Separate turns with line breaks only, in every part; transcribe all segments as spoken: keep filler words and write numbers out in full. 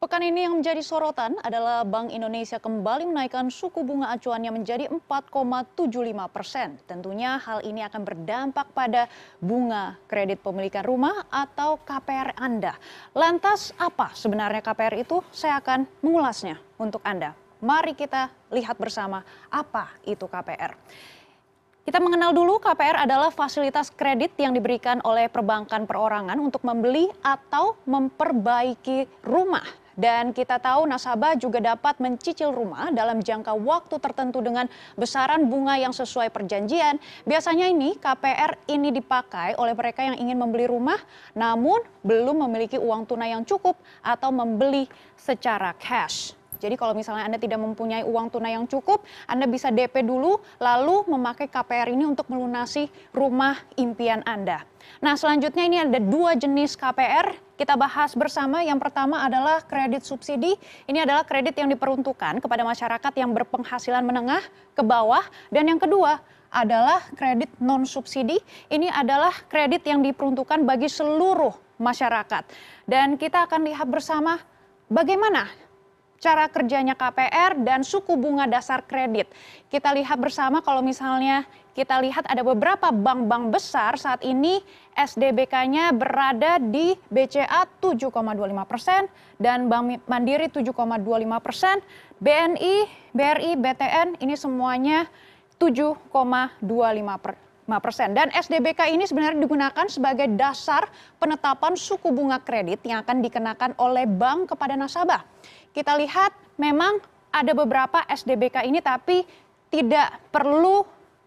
Pekan ini yang menjadi sorotan adalah Bank Indonesia kembali menaikkan suku bunga acuannya menjadi empat koma tujuh lima persen. Tentunya hal ini akan berdampak pada bunga kredit pemilikan rumah atau K P R Anda. Lantas apa sebenarnya K P R itu? Saya akan mengulasnya untuk Anda. Mari kita lihat bersama apa itu K P R. Kita mengenal dulu K P R adalah fasilitas kredit yang diberikan oleh perbankan perorangan untuk membeli atau memperbaiki rumah. Dan kita tahu nasabah juga dapat mencicil rumah dalam jangka waktu tertentu dengan besaran bunga yang sesuai perjanjian. Biasanya ini K P R ini dipakai oleh mereka yang ingin membeli rumah namun belum memiliki uang tunai yang cukup atau membeli secara cash. Jadi kalau misalnya Anda tidak mempunyai uang tunai yang cukup, Anda bisa D P dulu lalu memakai K P R ini untuk melunasi rumah impian Anda. Nah, selanjutnya ini ada dua jenis K P R. Kita bahas bersama. Yang pertama adalah kredit subsidi. Ini adalah kredit yang diperuntukkan kepada masyarakat yang berpenghasilan menengah ke bawah. Dan yang kedua adalah kredit non subsidi. Ini adalah kredit yang diperuntukkan bagi seluruh masyarakat. Dan kita akan lihat bersama bagaimana cara kerjanya K P R dan suku bunga dasar kredit. Kita lihat bersama kalau misalnya kita lihat ada beberapa bank-bank besar saat ini S D B K-nya berada di B C A tujuh koma dua lima persen dan Bank Mandiri tujuh koma dua lima persen, B N I, B R I, B T N ini semuanya tujuh koma dua lima persen. Dan S D B K ini sebenarnya digunakan sebagai dasar penetapan suku bunga kredit yang akan dikenakan oleh bank kepada nasabah. Kita lihat memang ada beberapa S D B K ini tapi tidak perlu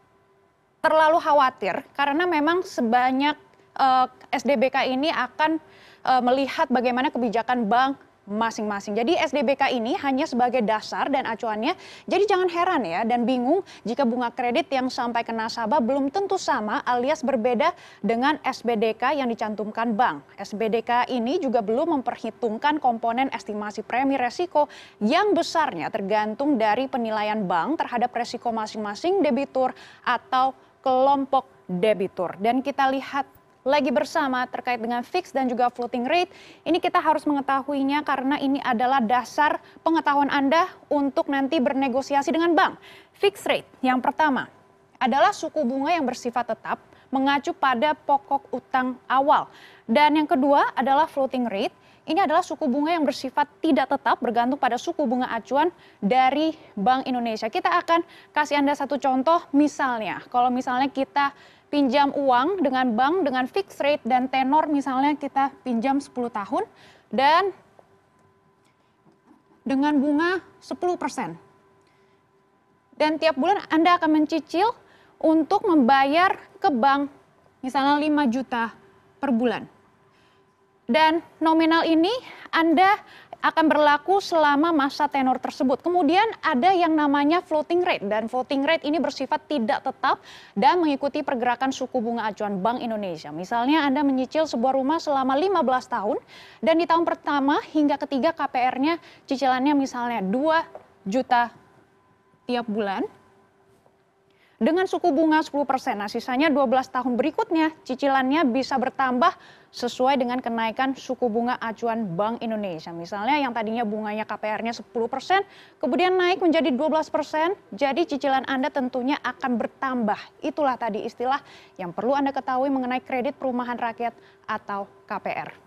terlalu khawatir karena memang sebanyak uh, S D B K ini akan uh, melihat bagaimana kebijakan bank masing-masing. Jadi S D B K ini hanya sebagai dasar dan acuannya. Jadi jangan heran ya dan bingung jika bunga kredit yang sampai ke nasabah belum tentu sama alias berbeda dengan S B D K yang dicantumkan bank. S B D K ini juga belum memperhitungkan komponen estimasi premi resiko yang besarnya tergantung dari penilaian bank terhadap resiko masing-masing debitur atau kelompok debitur. Dan kita lihat lagi bersama terkait dengan fixed dan juga floating rate. Ini kita harus mengetahuinya karena ini adalah dasar pengetahuan Anda untuk nanti bernegosiasi dengan bank. Fixed rate yang pertama adalah suku bunga yang bersifat tetap mengacu pada pokok utang awal. Dan yang kedua adalah floating rate. Ini adalah suku bunga yang bersifat tidak tetap bergantung pada suku bunga acuan dari Bank Indonesia. Kita akan kasih Anda satu contoh misalnya. Kalau misalnya kita pinjam uang dengan bank dengan fixed rate dan tenor misalnya kita pinjam sepuluh tahun dan dengan bunga sepuluh persen. Dan tiap bulan Anda akan mencicil untuk membayar ke bank misalnya lima juta per bulan. Dan nominal ini Anda akan berlaku selama masa tenor tersebut. Kemudian ada yang namanya floating rate dan floating rate ini bersifat tidak tetap dan mengikuti pergerakan suku bunga acuan Bank Indonesia. Misalnya Anda menyicil sebuah rumah selama lima belas tahun dan di tahun pertama hingga ketiga K P R-nya cicilannya misalnya dua juta tiap bulan dengan suku bunga sepuluh persen. Nah, sisanya dua belas tahun berikutnya cicilannya bisa bertambah sesuai dengan kenaikan suku bunga acuan Bank Indonesia. Misalnya yang tadinya bunganya K P R-nya sepuluh persen, kemudian naik menjadi dua belas persen, jadi cicilan Anda tentunya akan bertambah. Itulah tadi istilah yang perlu Anda ketahui mengenai kredit perumahan rakyat atau K P R.